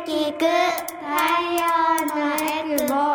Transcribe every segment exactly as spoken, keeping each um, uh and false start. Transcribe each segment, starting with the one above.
聞く太陽のエクボ。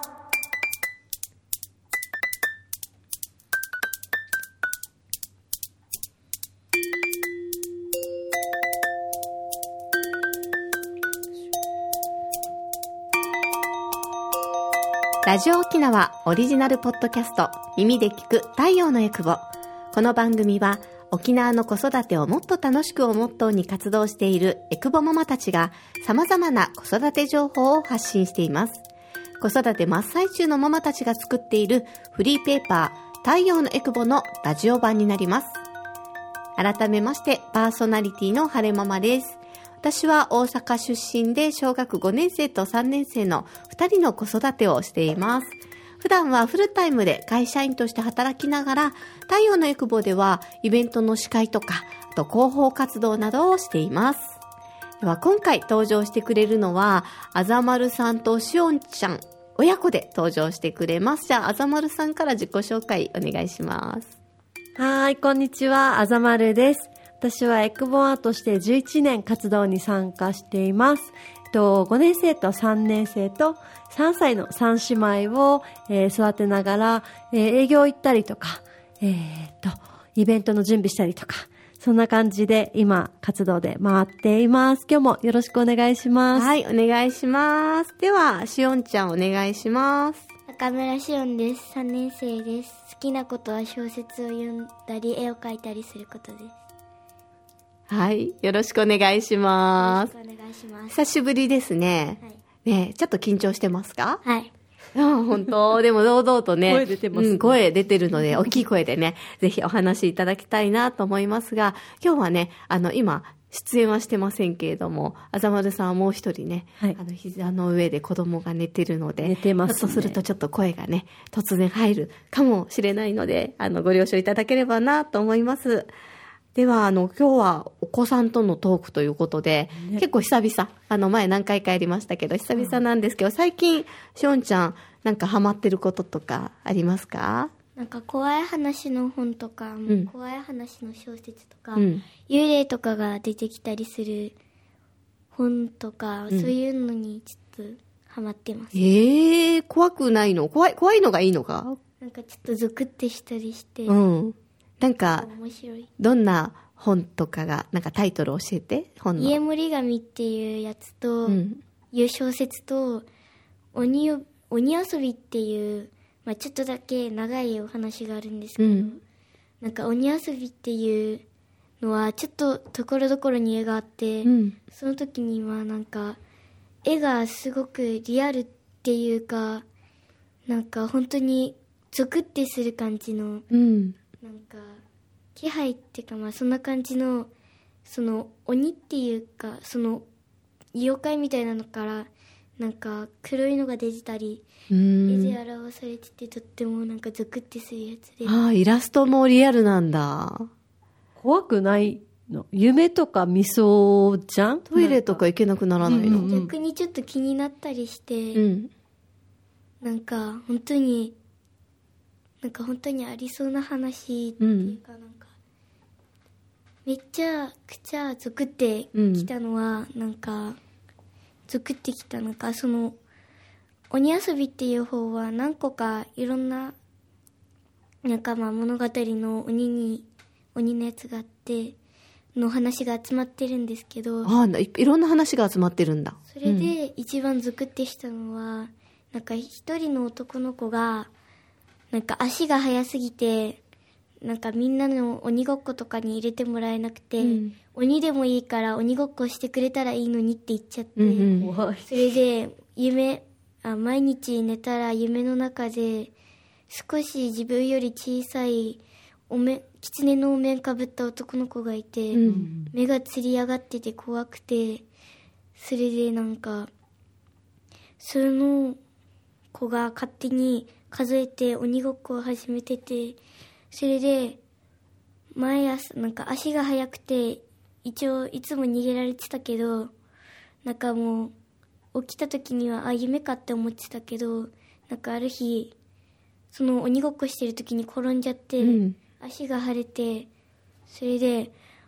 ラジオ沖縄オリジナルポッドキャスト、耳で聞く太陽のエクボ。この番組は沖縄の子育てをもっと楽しくをモットーに活動しているエクボママたちが様々な子育て情報を発信しています。子育て真っ最中のママたちが作っているフリーペーパー太陽のエクボのラジオ版になります。改めましてパーソナリティの晴れママです。私は大阪出身で小学ごねん生とさんねん生のふたりの子育てをしています。普段はフルタイムで会社員として働きながら、太陽のエクボではイベントの司会とか、あと広報活動などをしています。では今回登場してくれるのは、あざまるさんとしおんちゃん、親子で登場してくれます。じゃあ、あざまるさんから自己紹介お願いします。 はい、こんにちは、あざまるです。私はエクボアとしてじゅういちねん活動に参加しています。とごねん生とさんねん生とさんさいのさん姉妹を、えー、育てながら、えー、営業行ったりとか、えー、とイベントの準備したりとか、そんな感じで今活動で回っています。今日もよろしくお願いします。 はい、お願いします。ではしおんちゃんお願いします。 中村しおんです。さんねん生です。好きなことは小説を読んだり絵を描いたりすることです。 はい、よろしくお願いします。 よろしくお願いします。 久しぶりですね。 はい、 ねえ、ちょっと緊張してますか？ はい。 あ、本当。でも堂々とね、 声出てますね。 うん、声出てるので、大きい声でね、ぜひお話しいただきたいなと思いますが、今日はね、あの、今、出演はしてませんけれども、あざまるさんはもう一人ね、はい、あの、膝の上で子供が寝てるので、 寝てますね。 そうするとちょっと声がね、突然入るかもしれないので、あの、ご了承いただければなと思います。では、あの、今日はお子さんとのトークということで、ね、結構久々、あの、前何回かやりましたけど、久々なんですけど、最近、しおんちゃん、なんかハマってることとかありますか？ なんか怖い話の本とか、うん、怖い話の小説とか、うん、幽霊とかが出てきたりする本とか、うん、そういうのにちょっとハマってます。 えー、怖くないの？怖い、怖いのがいいのか？ なんかちょっとゾクってしたりして、 うん。なんか面白い。 どんな本とかが、なんかタイトル教えて。本の家森神っていうやつと、うん、いう小説と、鬼を鬼遊びっていう、まあ、ちょっとだけ長いお話があるんですけど、うん、なんか鬼遊びっていうのはちょっとところどころに絵があって、うん、その時にはなんか絵がすごくリアルっていうか、なんか本当にゾクってする感じの、うん、なんか気配っていうか、まあそんな感じの、その鬼っていうか、その妖怪みたいなのからなんか黒いのが出てたり、絵で表されてて、とってもなんかゾクってするやつで。 ああ、イラストもリアルなんだ。 怖くないの？夢とか見そうじゃん？ トイレとか行けなくならないの？ うんうん、逆にちょっと気になったりして、うん、なんか本当になんか本当にありそうな話っていうか、うん、なんかめっちゃくちゃゾクってきたのは、うん、なんかゾクってきたのか、その鬼遊びっていう方は何個かいろんななんかまあ物語の鬼に鬼のやつがあっての話が集まってるんですけど、 ああ、い, いろんな話が集まってるんだ。 それで一番ゾクってしたのは、うん、なんか一人の男の子がなんか足が速すぎて、なんかみんなの鬼ごっことかに入れてもらえなくて、うん、鬼でもいいから鬼ごっこしてくれたらいいのにって言っちゃって、うんうん、それで夢あ毎日寝たら夢の中で少し自分より小さいおめ狐のお面かぶった男の子がいて、うん、目がつり上がってて怖くて、それでなんかその子が勝手に数えて鬼ごっこを始めてて、それで毎朝なんか足が速くて一応いつも逃げられてたけど、なんかもう起きた時にはあ夢かって思ってたけど、なんかある日その鬼ごっこしてる時に転んじゃって、うん、足が腫れて、それで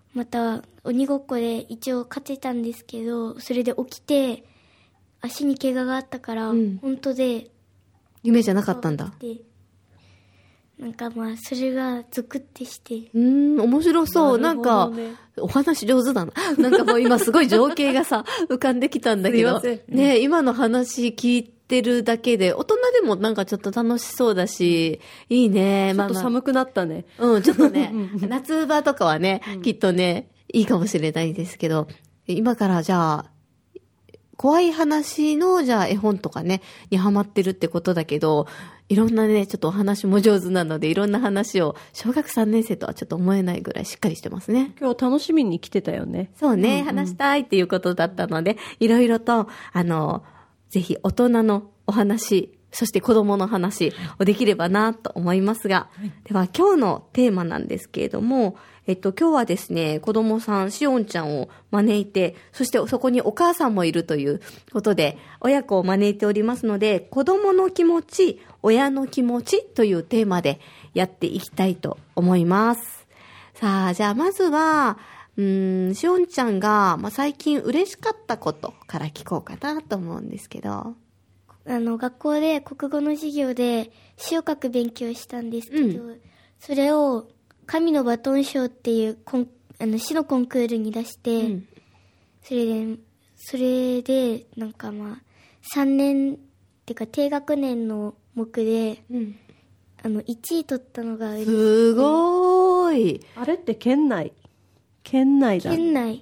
また鬼ごっこで一応勝てたんですけど、それで起きて足に怪我があったから、うん、本当で夢じゃなかったんだ。 なんかまあそれがゾクってして、 うーん面白そう。な、ね、なんかお話上手だな。なんかもう今すごい情景がさ浮かんできたんだけどね、今の話聞いてるだけで大人でもなんかちょっと楽しそうだし、いいね。 ちょっと寒くなったね。 まあまあ、うんちょっとね夏場とかはね、うん、きっとねいいかもしれないですけど、今からじゃあ怖い話のじゃあ絵本とかねにハマってるってことだけど、いろんなねちょっとお話も上手なので、いろんな話を小学さんねん生とはちょっと思えないぐらいしっかりしてますね。 今日楽しみに来てたよね。 そうね、うんうん、話したいっていうことだったので、いろいろとあのぜひ大人のお話、そして子供の話をできればなと思いますが、はい、では今日のテーマなんですけれども、えっと今日はですね、子供さんしおんちゃんを招いて、そしてそこにお母さんもいるということで親子を招いておりますので、子供の気持ち、親の気持ちというテーマでやっていきたいと思います。さあ、じゃあまずはうーんしおんちゃんが、まあ、最近嬉しかったことから聞こうかなと思うんですけど。 あの学校で国語の授業で詩を書く勉強したんですけど、うん、それを神のバトン賞っていうコンあの詩のコンクールに出して、うん、それでそれでなんかまあさんねんっていうか低学年の目で、うん、あのいちい取ったのが嬉しい。 すごい。 あれって県内県内だ。 県内、 うん、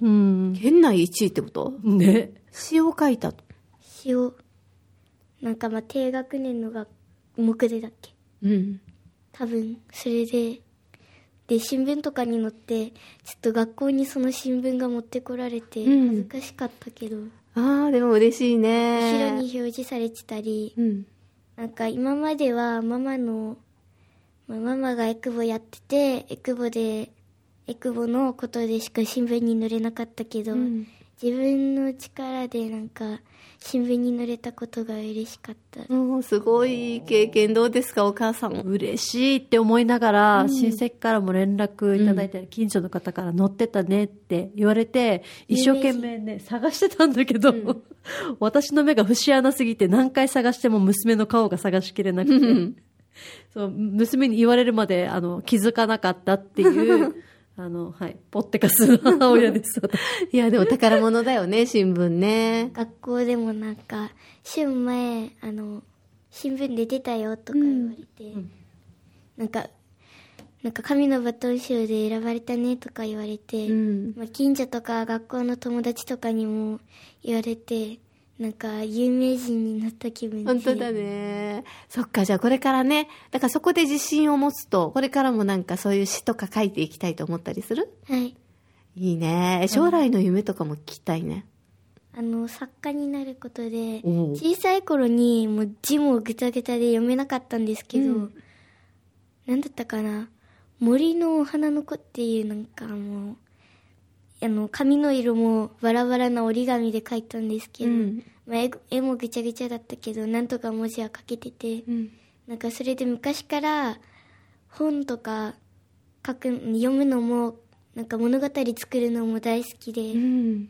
県内いちいってことね。 詩を書いたと。 詩をなんかまあ低学年のが目でだっけ、 うん、 多分それでで新聞とかに載って、ちょっと学校にその新聞が持ってこられて恥ずかしかったけど、 うん、ああでも嬉しいね。 後ろに表示されてたり、うん、なんか今まではママの、まあ、ママがエクボやっててエクボでエクボのことでしか新聞に載れなかったけど、うん、自分の力でなんか新聞に載れたことが嬉しかった。 うん、すごい経験。どうですかお母さん。 嬉しいって思いながら、うん、親戚からも連絡いただいたり、うん、近所の方から載ってたねって言われて、一生懸命ね探してたんだけど、うん、私の目が節穴すぎて何回探しても娘の顔が探しきれなくて、うん、そう娘に言われるまであの気づかなかったっていうあの、はい。ポッテカスの母親です。 いや、でも宝物だよね、新聞ね。 学校でもなんか、週前、あの、新聞で出たよとか言われて、うん、なんか、なんか神のバトン賞で選ばれたねとか言われて、うん、まあ、近所とか学校の友達とかにも言われて、なんか有名人になった気分で。 本当だね。そっか、じゃあこれからね、だからそこで自信を持つと、これからもなんかそういう詩とか書いていきたいと思ったりする？ はい。 いいね。将来の夢とかも聞きたいね。 あの作家になることで、小さい頃にもう字もぐたぐたで読めなかったんですけど、うん、なんだったかな、森のお花の子っていうなんかもう。あの紙の色もバラバラな折り紙で描いたんですけど、うんまあ、絵, 絵もぐちゃぐちゃだったけどなんとか文字は書けてて、うん、なんかそれで昔から本とか書く読むのもなんか物語作るのも大好きで、うん、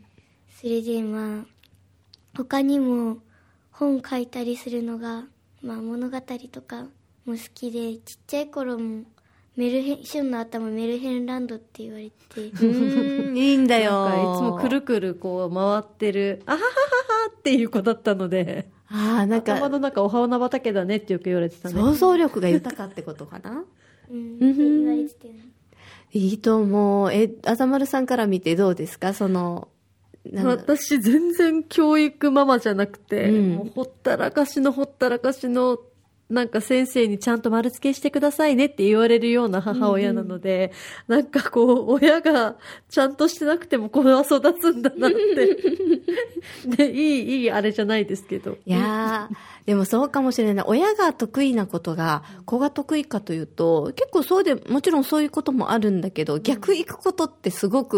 それでまあ他にも本書いたりするのが、まあ、物語とかも好きで、ちっちゃい頃もメルヘン、シオンの頭メルヘンランドって言われてうーんいいんだよ。 なんかいつもくるくるこう回ってるあははははっていう子だったので、 あなんか頭の中お花畑だねってよく言われてたね。 想像力が豊かってことかなうんって言われてたよね。 いいと思う。え、あざまるさんから見てどうですか？その私全然教育ママじゃなくて、うん、もうほったらかしのほったらかしのなんか先生にちゃんと丸付けしてくださいねって言われるような母親なので、うんうん、なんかこう親がちゃんとしてなくても子は育つんだなってでいいいいあれじゃないですけど、 いやでもそうかもしれない。親が得意なことが子が得意かというと結構そうでもちろんそういうこともあるんだけど、逆行くことってすごく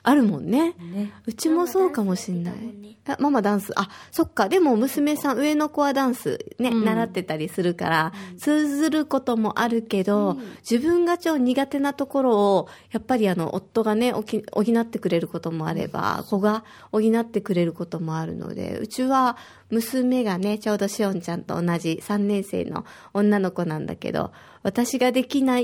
あるもんね。 ね、 うちもそうかもしんない。 ママダンスやってたもんね。 あ、ママダンス。あ、そっか。でも娘さん、上の子はダンスね、 うん、 習ってたりするから、通ずることもあるけど、うん、自分が超苦手なところを、やっぱりあの、夫がね、補ってくれることもあれば、子が補ってくれることもあるので、うちは娘がね、ちょうどしおんちゃんと同じさんねん生の女の子なんだけど、私ができない、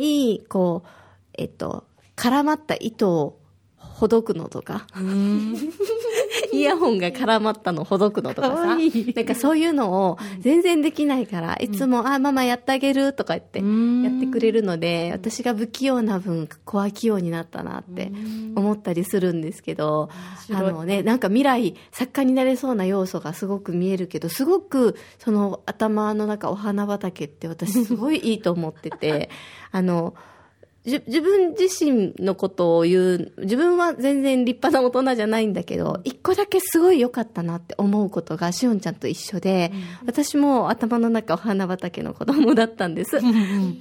こう、えっと、絡まった糸をほどくのとか、うーんイヤホンが絡まったのほどくのとかさ、いいなんかそういうのを全然できないから、いつも、うん、あ、ママやってあげるとか言ってやってくれるので、私が不器用な分、子は器用になったなって思ったりするんですけど、あのね、なんか未来、作家になれそうな要素がすごく見えるけど、すごくその頭の中お花畑って私すごいいいと思ってて、あの、自分自身のことを言う、自分は全然立派な大人じゃないんだけど、一個だけすごい良かったなって思うことがしおんちゃんと一緒で、うん、私も頭の中お花畑の子供だったんです。うん、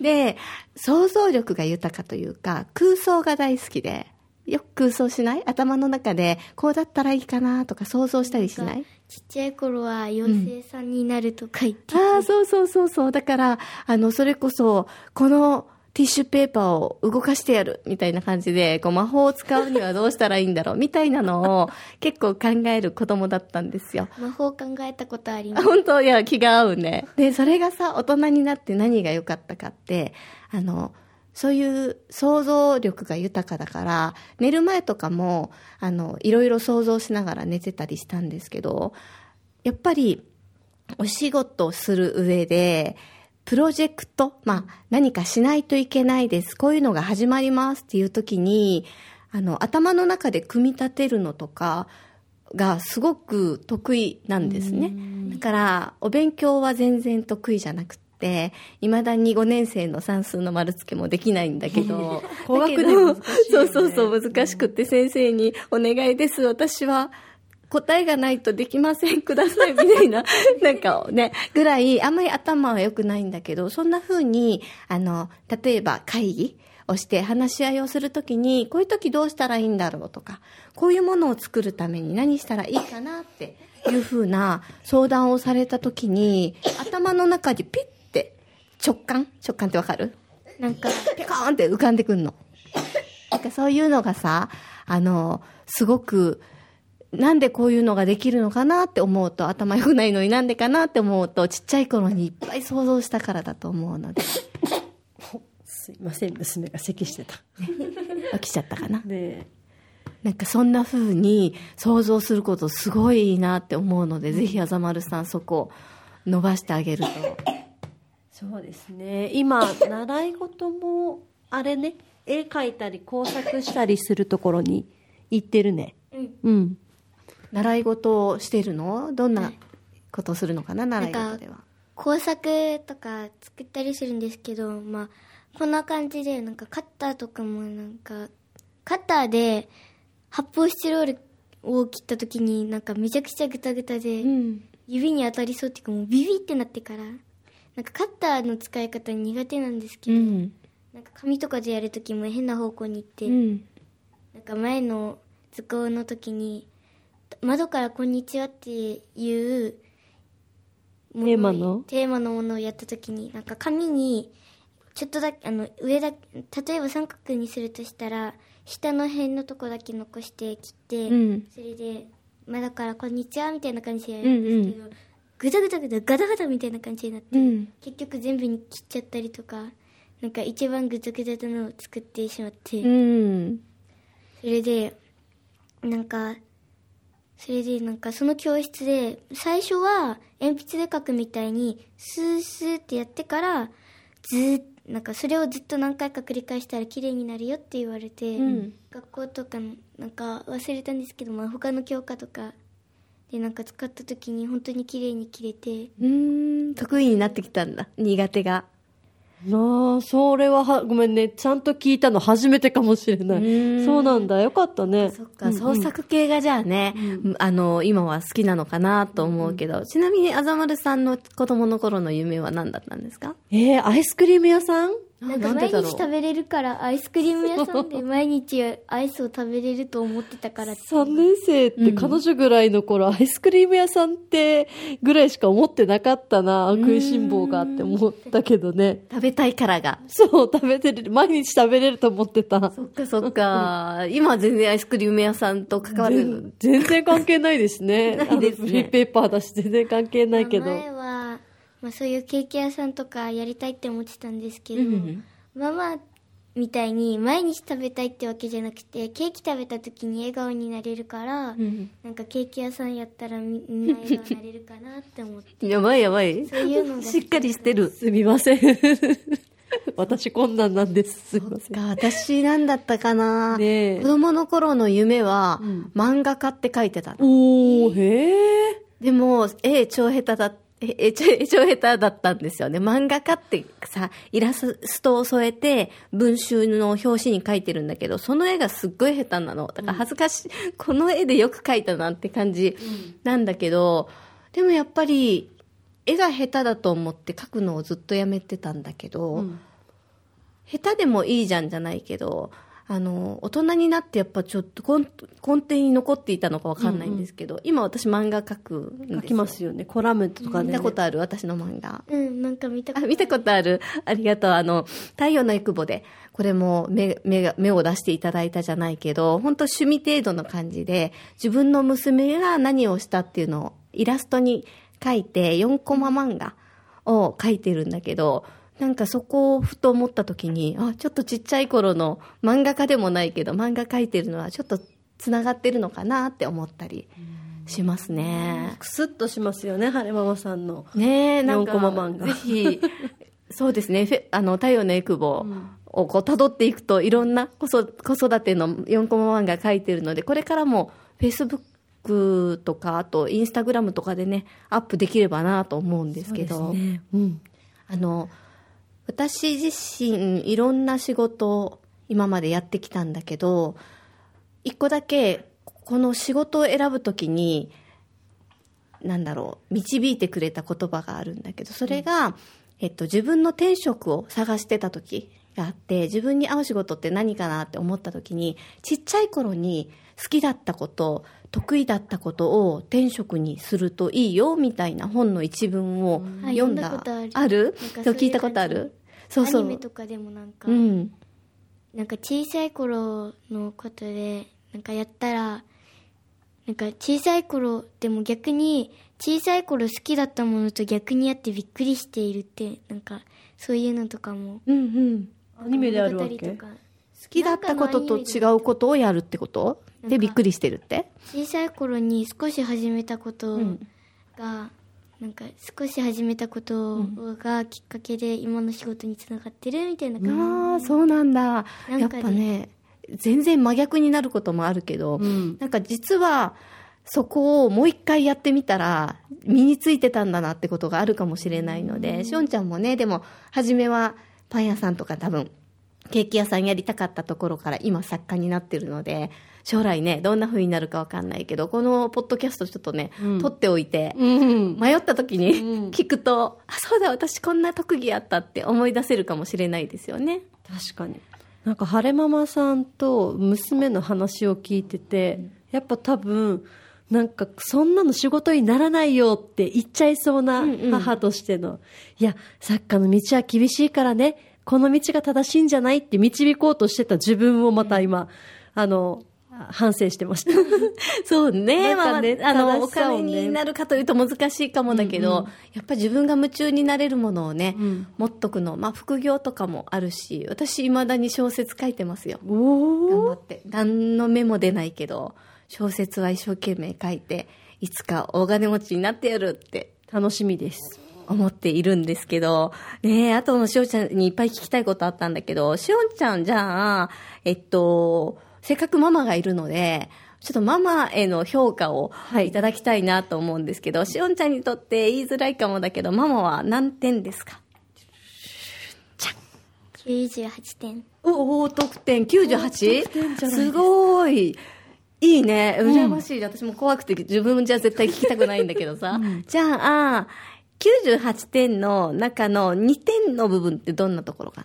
で、想像力が豊かというか、空想が大好きで、よく空想しない？頭の中でこうだったらいいかなとか想像したりしない？ ちっちゃい頃は妖精さんになるとか言って、 うん、ああ、そうそうそうそう。だから、あの、それこそ、この、ティッシュペーパーを動かしてやるみたいな感じで、こう魔法を使うにはどうしたらいいんだろうみたいなのを結構考える子供だったんですよ。 魔法考えたことあります。 本当？いや、気が合うね。で、それがさ、大人になって何が良かったかって、あの、そういう想像力が豊かだから、寝る前とかも、あの、いろいろ想像しながら寝てたりしたんですけど、やっぱり、お仕事をする上で、プロジェクト、まあ、何かしないといけないです。こういうのが始まりますっていう時に、あの、頭の中で組み立てるのとかがすごく得意なんですね。だから、お勉強は全然得意じゃなくて、未だにごねん生の算数の丸付けもできないんだけど、 高学年難しいよね。 そうそうそう、難しくって先生にお願いです。私は、答えがないとできませんくださいみたいななんかねぐらいあんまり頭は良くないんだけど、そんな風にあの例えば会議をして話し合いをするときにこういう時どうしたらいいんだろうとか、こういうものを作るために何したらいいかなっていう風な相談をされたときに頭の中でピッて直感直感ってわかる？なんかピコーンって浮かんでくんの。なんかそういうのがさ、あのすごくなんでこういうのができるのかなって思うと、頭良くないのになんでかなって思うと、ちっちゃい頃にいっぱい想像したからだと思うので。 すいません、娘が咳してた。 ね、起きちゃったかな。 ね、 なんかそんな風に想像することすごいいいなって思うので、ぜひあざまるさんそこ伸ばしてあげると。 そうですね。今、習い事も、あれね、絵描いたり工作したりするところに行ってるね。 うん。 うん。 習い事をしてるの？どんなことをするのかな、習い事では。 工作とか作ったりするんですけど、まあこんな感じでなんかカッターとかもなんかカッターで発泡スチロールを切った時になんかめちゃくちゃグタグタで指に当たりそうっていうか、もうビビってなってからなんかカッターの使い方苦手なんですけど、うん、なんか紙とかでやる時も変な方向に行って、うん、なんか前の図工の時に窓からこんにちはっていうテーマのテーマのものをやった時になんか紙にちょっとだけあの上だ例えば三角にするとしたら下の辺のとこだけ残して切って、うん、それで窓からこんにちはみたいな感じでやるんですけど、うんうん、グダグダグダガタガタみたいな感じになって、うん、結局全部に切っちゃったりとか、なんか一番グダグダなのを作ってしまって、うん、それでなんかそれでなんかその教室で最初は鉛筆で書くみたいにスースーってやってからずーなんかそれをずっと何回か繰り返したら綺麗になるよって言われて、うん、学校とかなんか忘れたんですけど、まあ、他の教科とかでなんか使った時に本当に綺麗に切れて、 うーん得意になってきたんだ。苦手がなあ、それははごめんね、ちゃんと聞いたの初めてかもしれない。そうなんだ、よかったね。 そっか、うんうん、創作系がじゃあね、うん、あの今は好きなのかなと思うけど、うん、ちなみにあざまるさんの子供の頃の夢は何だったんですか？ えー、アイスクリーム屋さんなんか毎日食べれるからアイスクリーム屋さんで毎日アイスを食べれると思ってたからってさんねん生って彼女ぐらいの頃、うん、アイスクリーム屋さんってぐらいしか思ってなかったな。食いしん坊がって思ったけどね。 食べたいからが。 そう、食べてる。毎日食べれると思ってた。 そっかそっか。今は全然アイスクリーム屋さんと関わる。 全然関係ないですね。 ないですね。 フリーペーパーだし全然関係ないけど。 前は、まあ、そういうケーキ屋さんとかやりたいって思ってたんですけど、うん、ママみたいに毎日食べたいってわけじゃなくて、ケーキ食べた時に笑顔になれるから、うん、なんかケーキ屋さんやったらみんな笑顔になれるかなって思ってやばいやばい、 そういうのがしっかりしてる。 すみません私困難なんです。すみません。 そっか、私なんだったかな、 ね、 子供の頃の夢は、うん、漫画家って書いてたの。 おー、へー。 でも絵超下手だった。え、ちょ、超下手だったんですよね。漫画家ってさ、イラストを添えて、文集の表紙に描いてるんだけど、その絵がすっごい下手なの。だから恥ずかしい。うん、この絵でよく描いたなって感じなんだけど、うん、でもやっぱり、絵が下手だと思って描くのをずっとやめてたんだけど、うん、下手でもいいじゃんじゃないけど、あの大人になってやっぱちょっと根底に残っていたのか分かんないんですけど、うんうん、今私漫画描くんですよ。 描きますよね。コラムとかで、ね、 見たことある？私の漫画。 うん、なんか見たことある。 あ、見たことある。ありがとう。あの太陽のエクボでこれも 目, 目, が目を出していただいたじゃないけど、本当趣味程度の感じで自分の娘が何をしたっていうのをイラストに描いてよんコマ漫画を描いてるんだけど、なんかそこをふと思った時に、あ、ちょっとちっちゃい頃の漫画家でもないけど漫画描いてるのはちょっとつながってるのかなって思ったりしますね。 クスッとしますよね、晴れママさんのねえ、なんかよんコマ漫画。 ぜひそうですね、あの太陽のエクボをこう辿っていくといろんな子育てのよんコマ漫画描いてるので、これからもフェイスブックとかあとインスタグラムとかでねアップできればなと思うんですけど、 そうですね、うん、 あの私自身いろんな仕事を今までやってきたんだけど、一個だけこの仕事を選ぶときになんだろう、導いてくれた言葉があるんだけど、それが、うん、えっと、自分の転職を探してた時があって、自分に合う仕事って何かなって思った時に、ちっちゃい頃に好きだったこと得意だったことを転職にするといいよみたいな本の一文を読んだ、うん、 ある、 ある？そう、聞いたことある？そうそう、 アニメとかでもなんか、 うん、 なんか小さい頃のことでなんかやったら、なんか小さい頃でも逆に小さい頃好きだったものと逆にやってびっくりしているって、なんかそういうのとかも、 うんうん、 アニメであるわけ？ 好きだったことと違うことをやるってことでびっくりしてるって？ 小さい頃に少し始めたことが、うん、なんか少し始めたことがきっかけで今の仕事につながってるみたいな感じ、 うん、ああ、そうなんだ。やっぱね、全然真逆になることもあるけど、うん、なんか実はそこをもう一回やってみたら身についてたんだなってことがあるかもしれないので、うん、しおんちゃんもね、でも初めはパン屋さんとか多分ケーキ屋さんやりたかったところから今作家になってるので、将来ねどんな風になるか分かんないけど、このポッドキャストちょっとね、うん、撮っておいて、うん、迷った時に、うん、聞くと、あ、そうだ、私こんな特技あったって思い出せるかもしれないですよね。 確かに。なんか晴れママさんと娘の話を聞いてて、うん、やっぱ多分なんかそんなの仕事にならないよって言っちゃいそうな母としての、うんうん、いや作家の道は厳しいからね、この道が正しいんじゃないって導こうとしてた自分をまた今、うん、あの反省してましたそうね、まあね、あのお金になるかというと難しいかもだけど、うんうん、やっぱり自分が夢中になれるものをね、うん、持っとくの、まあ副業とかもあるし、私未だに小説書いてますよ。 お頑張って何の目も出ないけど小説は一生懸命書いて、いつか大金持ちになってやるって楽しみです思っているんですけどね。あとのしおちゃんにいっぱい聞きたいことあったんだけど、しおちゃんじゃあえっとせっかくママがいるので、ちょっとママへの評価をいただきたいなと思うんですけど、はい、しおんちゃんにとって言いづらいかもだけど、ママは何点ですか？ きゅうじゅうはってん。 おお、得点 きゅうじゅうはち？ すごいいいね、羨ましい、うん、私も怖くて自分じゃ絶対聞きたくないんだけどさ、うん、じゃあきゅうじゅうはちてんの中のにてんの部分ってどんなところかな？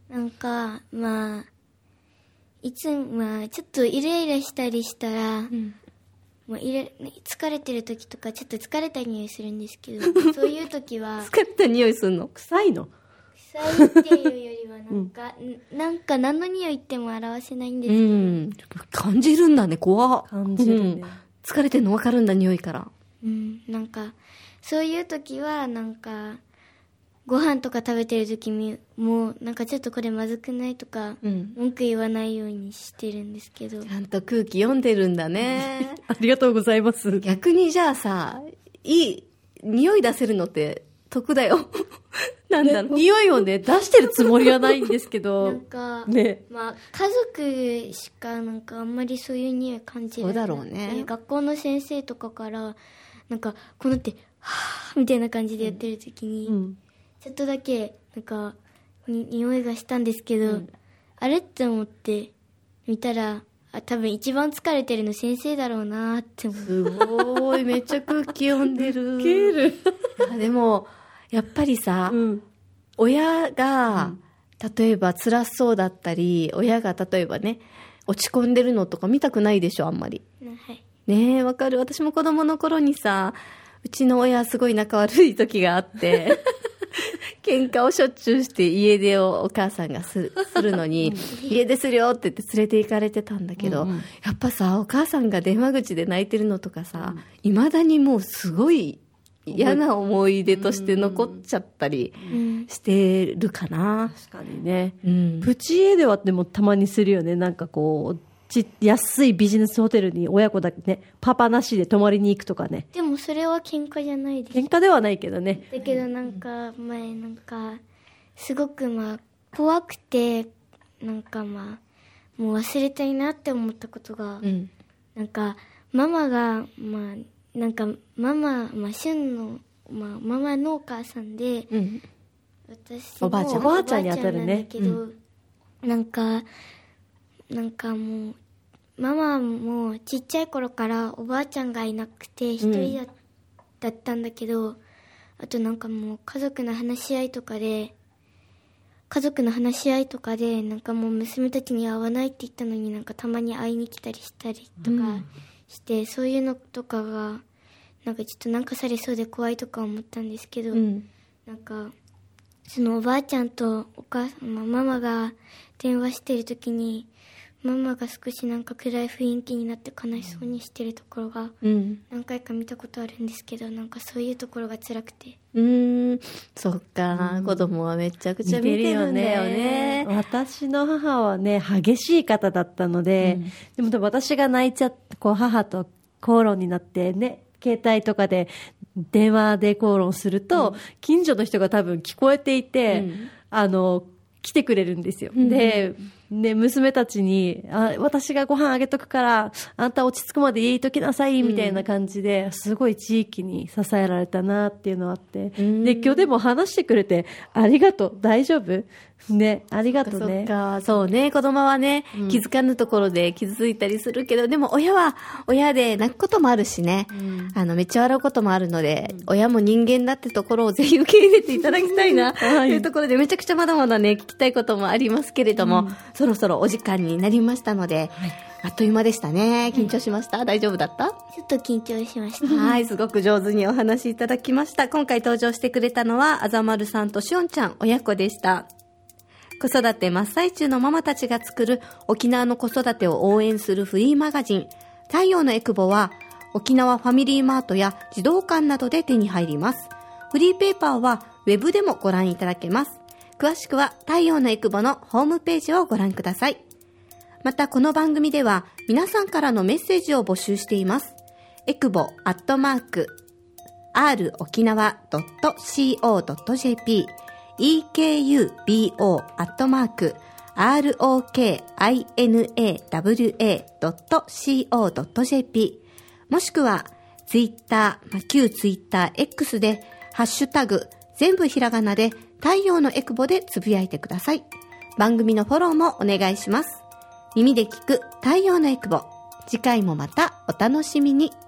なんかまあいつまあちょっとイライラしたりしたら、うんまあ、イラ疲れてる時とかちょっと疲れた匂いするんですけどそういう時は疲れた匂いするの？臭いの？ 臭いっていうよりはなんか、うん、なんか何の匂いっても表せないんですけど、うん、 感じるんだね。怖っ。 感じるね、うん、 疲れてるの分かるんだ、匂いから。 うんなんかそういう時はなんかご飯とか食べてる時にもうなんかちょっとこれまずくないとか、うん、文句言わないようにしてるんですけど、 ちゃんと空気読んでるんだねありがとうございます。 逆にじゃあさ、いい匂い出せるのって得だよなんだろう、 ね、匂いをね出してるつもりはないんですけどなんか、ね、まあ家族しかなんかあんまりそういう匂い感じられない。 そうだろうね。 学校の先生とかからなんかこうなってはぁみたいな感じでやってる時に、うんうんちょっとだけなんかに匂いがしたんですけど、うん、あれって思って見たらあ多分一番疲れてるの先生だろうなって思う。 すごいめっちゃ空気読んでる。 ケールでもやっぱりさ、うん、親が、うん、例えば辛そうだったり親が例えばね落ち込んでるのとか見たくないでしょあんまり、 はい、 ねえわかる。私も子供の頃にさうちの親すごい仲悪い時があって喧嘩をしょっちゅうして家出をお母さんが す, するのに家出するよって言って連れて行かれてたんだけど、うんうん、やっぱさお母さんが電話口で泣いてるのとかさいま、うん、だにもうすごい嫌な思い出として残っちゃったりしてるかな、 うん、確かにね、うん、プチ家出はでもたまにするよね。なんかこうち安いビジネスホテルに親子だけねパパなしで泊まりに行くとかね。 でもそれは喧嘩じゃないです。 喧嘩ではないけどね。 だけどなんか前なんかすごくまあ怖くてなんかまあもう忘れたいなって思ったことが、うん、なんかママがまあなんかママまあ旬のまあママのお母さんで、うん、私おばあちゃんおばあちゃんに当たるね。 なんだけど、うん、なんかなんかもうママもちっちゃい頃からおばあちゃんがいなくて一人だ、うん、だったんだけど、あとなんかもう家族の話し合いとかで家族の話し合いとかでなんかもう娘たちに会わないって言ったのになんかたまに会いに来たりしたりとかして、うん、そういうのとかがなんかちょっとなんかされそうで怖いとか思ったんですけど、うん、なんかそのおばあちゃんとお母さん、まあ、ママが電話してる時にママが少しなんか暗い雰囲気になって悲しそうにしてるところが何回か見たことあるんですけど、なんかそういうところが辛くて。 うーん、そっか、うん、子供はめちゃくちゃ見てるんだよね。 私の母はね激しい方だったので、うん、でも私が泣いちゃってこう母と口論になってね携帯とかで電話で口論すると、うん、近所の人が多分聞こえていて、うん、あの来てくれるんですよ、うん、でね、娘たちにあ私がご飯あげとくからあんた落ち着くまで家いときなさいみたいな感じで、うん、すごい地域に支えられたなっていうのがあって、うん、で今日でも話してくれてありがとう大丈夫ねありがとうね。 そっかそうね子供はね、うん、気づかぬところで傷ついたりするけどでも親は親で泣くこともあるしね、うん、あのめっちゃ笑うこともあるので、うん、親も人間だってところをぜひ受け入れていただきたいな、はい、というところでめちゃくちゃまだまだね聞きたいこともありますけれども、うんそろそろお時間になりましたので、はい、あっという間でしたね。緊張しました、うん、大丈夫だった？ ちょっと緊張しました。 はいすごく上手にお話しいただきました。今回登場してくれたのはあざまるさんとしおんちゃん親子でした。子育て真っ最中のママたちが作る沖縄の子育てを応援するフリーマガジン太陽のエクボは沖縄ファミリーマートや児童館などで手に入ります。フリーペーパーはウェブでもご覧いただけます。詳しくは太陽のエクボのホームページをご覧ください。またこの番組では皆さんからのメッセージを募集しています。エクボアットマーク アール 沖縄 ドット シーオー ドット ジェーピー エーケーユービーオー アットマーク アール オーケーアイエヌエーダブリューエー ドット シーオー ドット ジェーピー もしくはツイッター、旧ツイッター X でハッシュタグ全部ひらがなで太陽のエクボでつぶやいてください。番組のフォローもお願いします。耳で聞く太陽のエクボ。次回もまたお楽しみに。